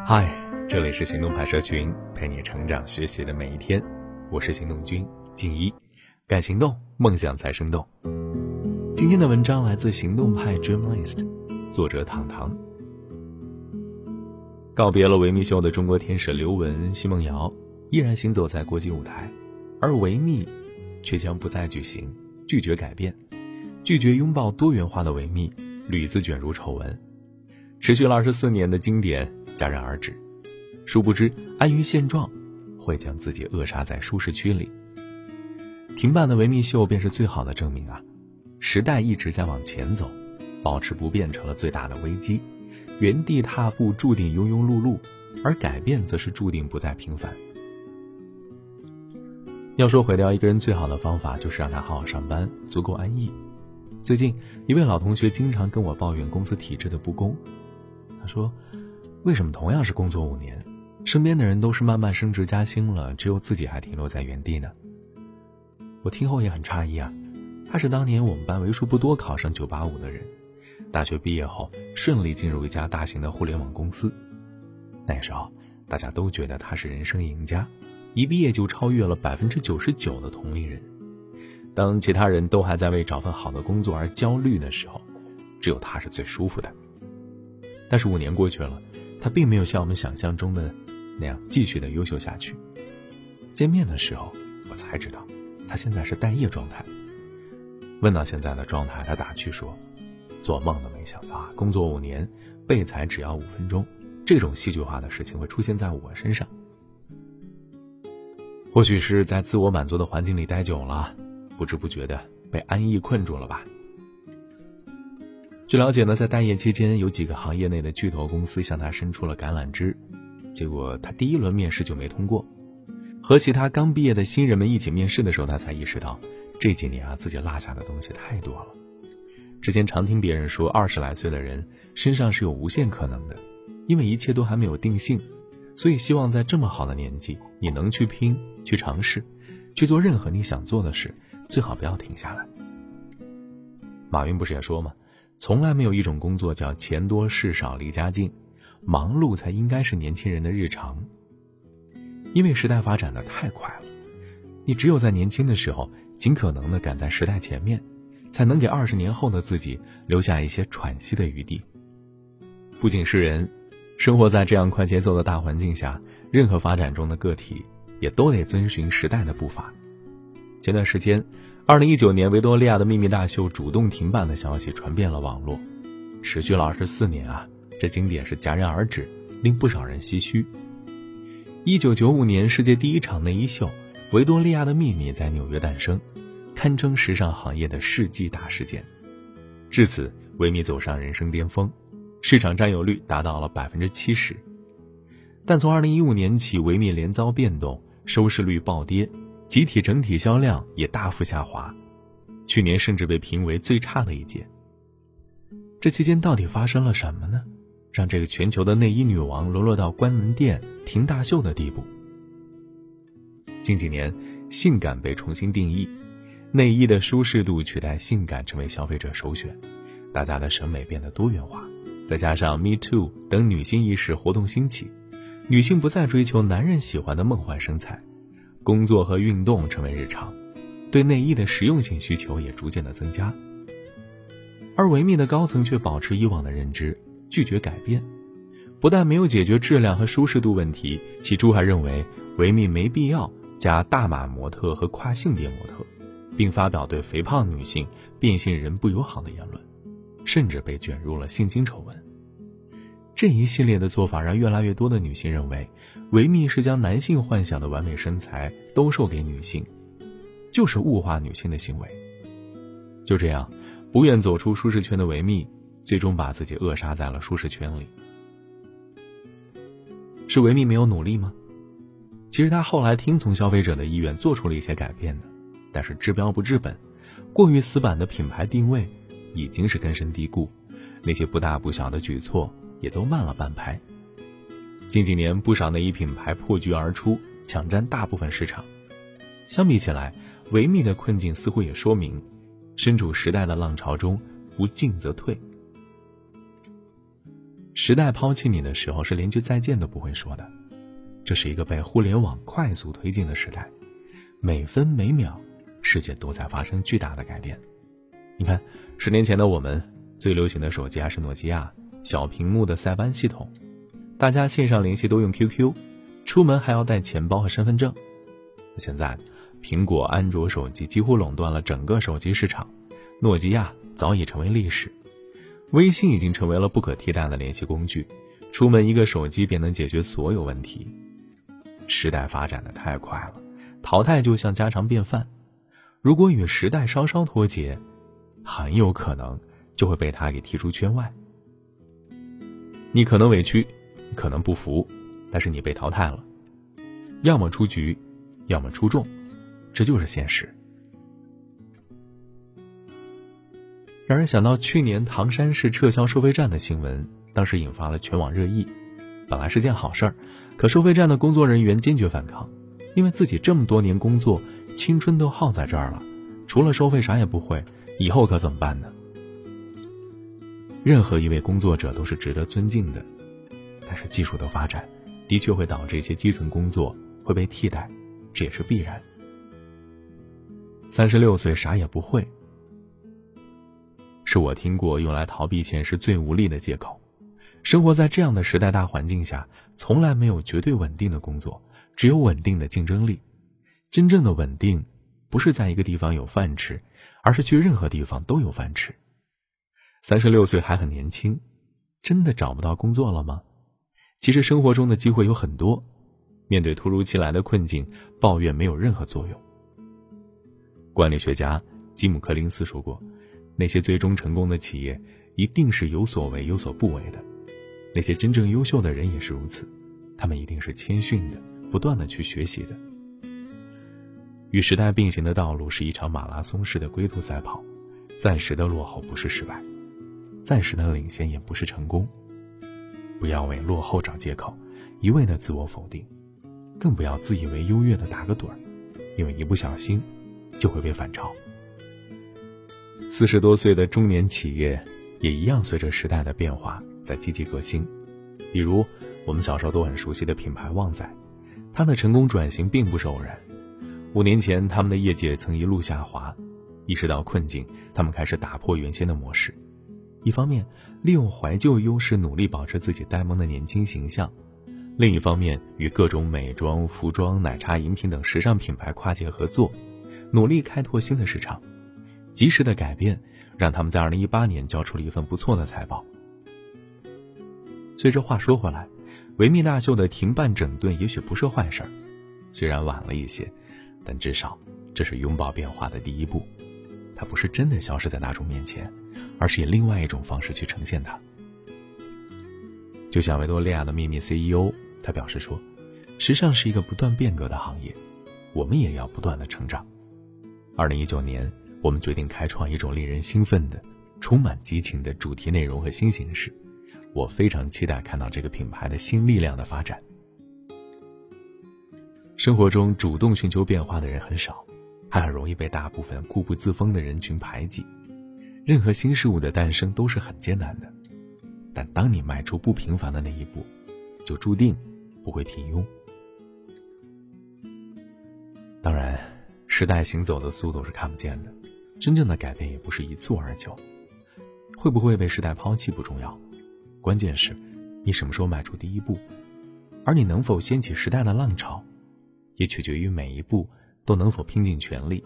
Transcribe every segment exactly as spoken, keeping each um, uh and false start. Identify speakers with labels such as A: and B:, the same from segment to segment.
A: 嗨，这里是行动派社群，陪你成长学习的每一天。我是行动君静一，敢行动，梦想才生动。今天的文章来自行动派 Dreamlist， 作者糖糖。告别了维密秀的中国天使刘雯、奚梦瑶，依然行走在国际舞台，而维密却将不再举行，拒绝改变，拒绝拥抱多元化的维密屡次卷入丑闻，持续了二十四年的经典戛然而止。殊不知安于现状会将自己扼杀在舒适区里。停办的维密秀便是最好的证明啊！时代一直在往前走，保持不变成了最大的危机，原地踏步注定庸庸碌碌，而改变则是注定不再平凡。要说毁掉一个人最好的方法，就是让他好好上班，足够安逸。最近一位老同学经常跟我抱怨公司体制的不公，他说，为什么同样是工作五年，身边的人都是慢慢升职加薪了，只有自己还停留在原地呢？我听后也很诧异啊，他是当年我们班为数不多考上九八五的人，大学毕业后顺利进入一家大型的互联网公司。那时候大家都觉得他是人生赢家，一毕业就超越了 百分之九十九 的同龄人。当其他人都还在为找份好的工作而焦虑的时候，只有他是最舒服的。但是五年过去了，他并没有像我们想象中的那样继续的优秀下去。见面的时候我才知道，他现在是待业状态。问到现在的状态，他打趣说，做梦都没想到啊，工作五年被裁只要五分钟，这种戏剧化的事情会出现在我身上。或许是在自我满足的环境里待久了，不知不觉的被安逸困住了吧。据了解呢，在待业期间有几个行业内的巨头公司向他伸出了橄榄枝，结果他第一轮面试就没通过。和其他刚毕业的新人们一起面试的时候，他才意识到这几年啊自己落下的东西太多了。之前常听别人说，二十来岁的人身上是有无限可能的，因为一切都还没有定性，所以希望在这么好的年纪，你能去拼，去尝试，去做任何你想做的事，最好不要停下来。马云不是也说吗，从来没有一种工作叫钱多事少离家近，忙碌才应该是年轻人的日常。因为时代发展的太快了，你只有在年轻的时候尽可能的赶在时代前面，才能给二十年后的自己留下一些喘息的余地。不仅是人，生活在这样快节奏的大环境下，任何发展中的个体也都得遵循时代的步伐。前段时间二零一九年维多利亚的秘密大秀主动停办的消息传遍了网络，持续了二十四年啊，这经典是戛然而止，令不少人唏嘘。一九九五年世界第一场内衣秀维多利亚的秘密在纽约诞生，堪称时尚行业的世纪大事件。至此维密走上人生巅峰，市场占有率达到了 百分之七十。 但从二零一五年起，维密连遭变动，收视率暴跌，集体整体销量也大幅下滑，去年甚至被评为最差的一届。这期间到底发生了什么呢？让这个全球的内衣女王沦落到关门店停大秀的地步。近几年性感被重新定义，内衣的舒适度取代性感成为消费者首选，大家的审美变得多元化，再加上 Me Too 等女性意识活动兴起，女性不再追求男人喜欢的梦幻身材，工作和运动成为日常，对内衣的实用性需求也逐渐的增加。而维密的高层却保持以往的认知，拒绝改变，不但没有解决质量和舒适度问题，起初还认为维密没必要加大码模特和跨性别模特，并发表对肥胖女性、变性人不友好的言论，甚至被卷入了性侵丑闻。这一系列的做法让越来越多的女性认为，维密是将男性幻想的完美身材兜售给女性，就是物化女性的行为。就这样，不愿走出舒适圈的维密最终把自己扼杀在了舒适圈里。是维密没有努力吗？其实他后来听从消费者的意愿做出了一些改变的，但是治标不治本，过于死板的品牌定位已经是根深蒂固，那些不大不小的举措也都慢了半拍。近几年不少内衣品牌破局而出，抢占大部分市场。相比起来，维密的困境似乎也说明，身处时代的浪潮中，不进则退。 时代抛弃你的时候，是连句再见都不会说的。这是一个被互联网快速推进的时代，每分每秒，世界都在发生巨大的改变。你看，十年前的我们，最流行的手机还是诺基亚小屏幕的塞班系统，大家线上联系都用 Q Q， 出门还要带钱包和身份证。现在，苹果、安卓手机几乎垄断了整个手机市场，诺基亚早已成为历史。微信已经成为了不可替代的联系工具，出门一个手机便能解决所有问题。时代发展的太快了，淘汰就像家常便饭。如果与时代稍稍脱节，很有可能就会被他给踢出圈外。你可能委屈，可能不服，但是你被淘汰了，要么出局，要么出众，这就是现实。让人想到去年唐山市撤销收费站的新闻，当时引发了全网热议。本来是件好事儿，可收费站的工作人员坚决反抗，因为自己这么多年工作，青春都耗在这儿了，除了收费啥也不会，以后可怎么办呢？任何一位工作者都是值得尊敬的，但是技术的发展的确会导致一些基层工作会被替代，这也是必然。三十六岁啥也不会，是我听过用来逃避现实最无力的借口。生活在这样的时代大环境下，从来没有绝对稳定的工作，只有稳定的竞争力。真正的稳定，不是在一个地方有饭吃，而是去任何地方都有饭吃。三十六岁还很年轻，真的找不到工作了吗？其实生活中的机会有很多，面对突如其来的困境，抱怨没有任何作用。管理学家吉姆·柯林斯说过，那些最终成功的企业一定是有所为有所不为的，那些真正优秀的人也是如此，他们一定是谦逊的，不断的去学习的。与时代并行的道路是一场马拉松式的龟兔赛跑，暂时的落后不是失败，暂时的领先也不是成功。不要为落后找借口，一味的自我否定，更不要自以为优越的打个盹儿，因为一不小心就会被反超。四十多岁的中年企业也一样随着时代的变化在积极革新。比如我们小时候都很熟悉的品牌旺仔，它的成功转型并不是偶然。五年前他们的业绩曾一路下滑，意识到困境，他们开始打破原先的模式。一方面利用怀旧优势努力保持自己呆萌的年轻形象，另一方面与各种美妆、服装、奶茶、饮品等时尚品牌跨界合作，努力开拓新的市场。及时的改变让他们在二零一八年交出了一份不错的财报。所以这话说回来，维密大秀的停办整顿也许不是坏事儿，虽然晚了一些，但至少这是拥抱变化的第一步。它不是真的消失在大众面前，而是以另外一种方式去呈现它。就像维多利亚的秘密 C E O， 他表示说，时尚是一个不断变革的行业，我们也要不断的成长。二零一九年我们决定开创一种令人兴奋的、充满激情的主题内容和新形式，我非常期待看到这个品牌的新力量的发展。生活中主动寻求变化的人很少，还很容易被大部分固步自封的人群排挤。任何新事物的诞生都是很艰难的，但当你迈出不平凡的那一步，就注定不会平庸。当然，时代行走的速度是看不见的，真正的改变也不是一蹴而就。会不会被时代抛弃不重要，关键是你什么时候迈出第一步，而你能否掀起时代的浪潮，也取决于每一步都能否拼尽全力。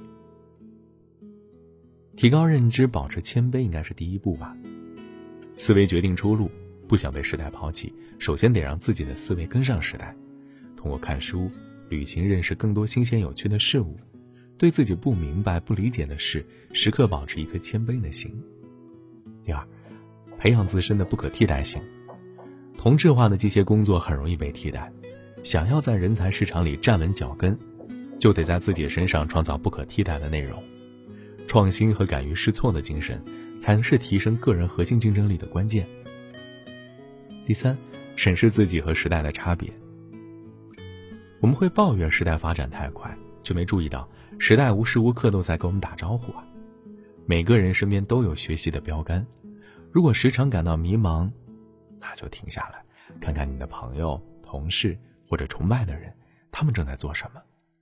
A: 提高认知，保持谦卑应该是第一步吧。思维决定出路，不想被时代抛弃，首先得让自己的思维跟上时代。通过看书、旅行，认识更多新鲜有趣的事物，对自己不明白、不理解的事，时刻保持一颗谦卑的心。第二，培养自身的不可替代性。同质化的机械工作很容易被替代，想要在人才市场里站稳脚跟，就得在自己身上创造不可替代的内容。创新和敢于试错的精神，才是提升个人核心竞争力的关键。第三，审视自己和时代的差别。我们会抱怨时代发展太快，却没注意到时代无时无刻都在跟我们打招呼啊。每个人身边都有学习的标杆，如果时常感到迷茫， 那就停下来，看看你的朋友、同事或者崇拜的人，他们正在做什么。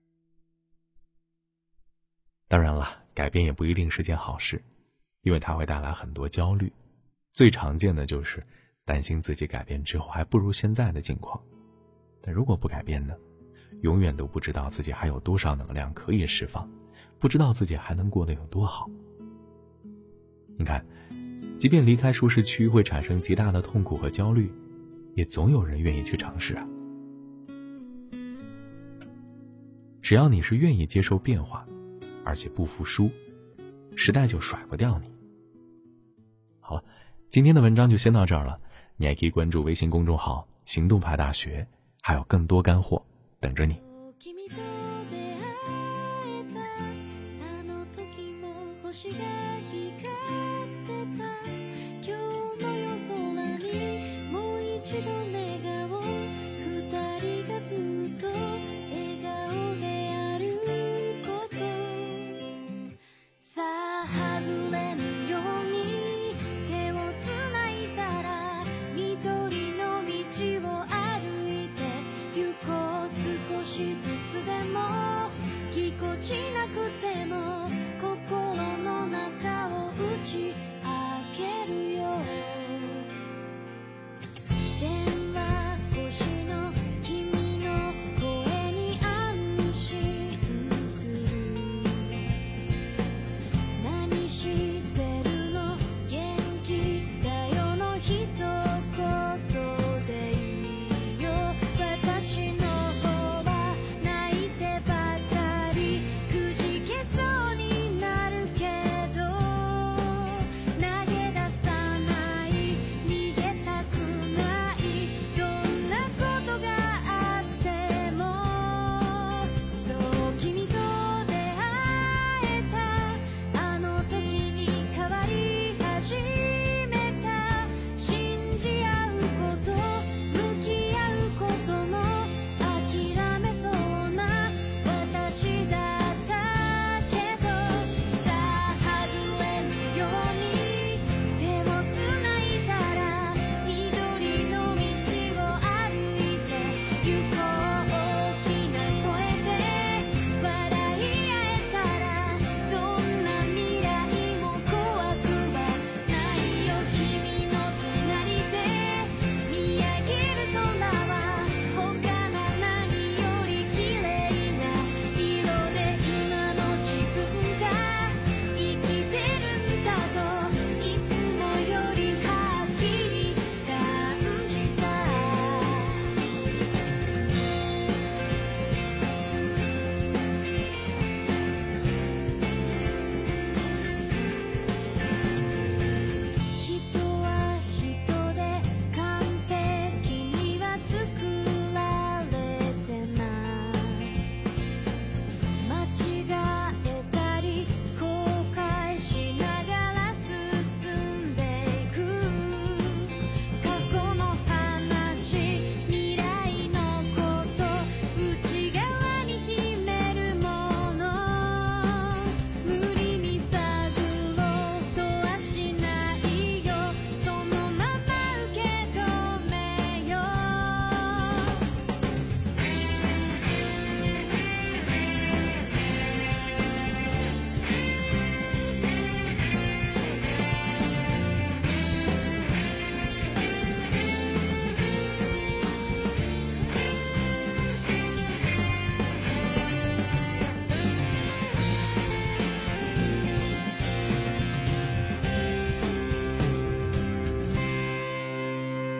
A: 当然了，改变也不一定是件好事，因为它会带来很多焦虑。最常见的就是担心自己改变之后还不如现在的境况。但如果不改变呢，永远都不知道自己还有多少能量可以释放，不知道自己还能过得有多好。你看，即便离开舒适区会产生极大的痛苦和焦虑，也总有人愿意去尝试啊。只要你是愿意接受变化，而且不服输，时代就甩不掉你。好了，今天的文章就先到这儿了。你还可以关注微信公众号行动派大学，还有更多干货等着你。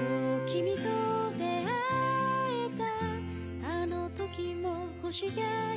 B: 星が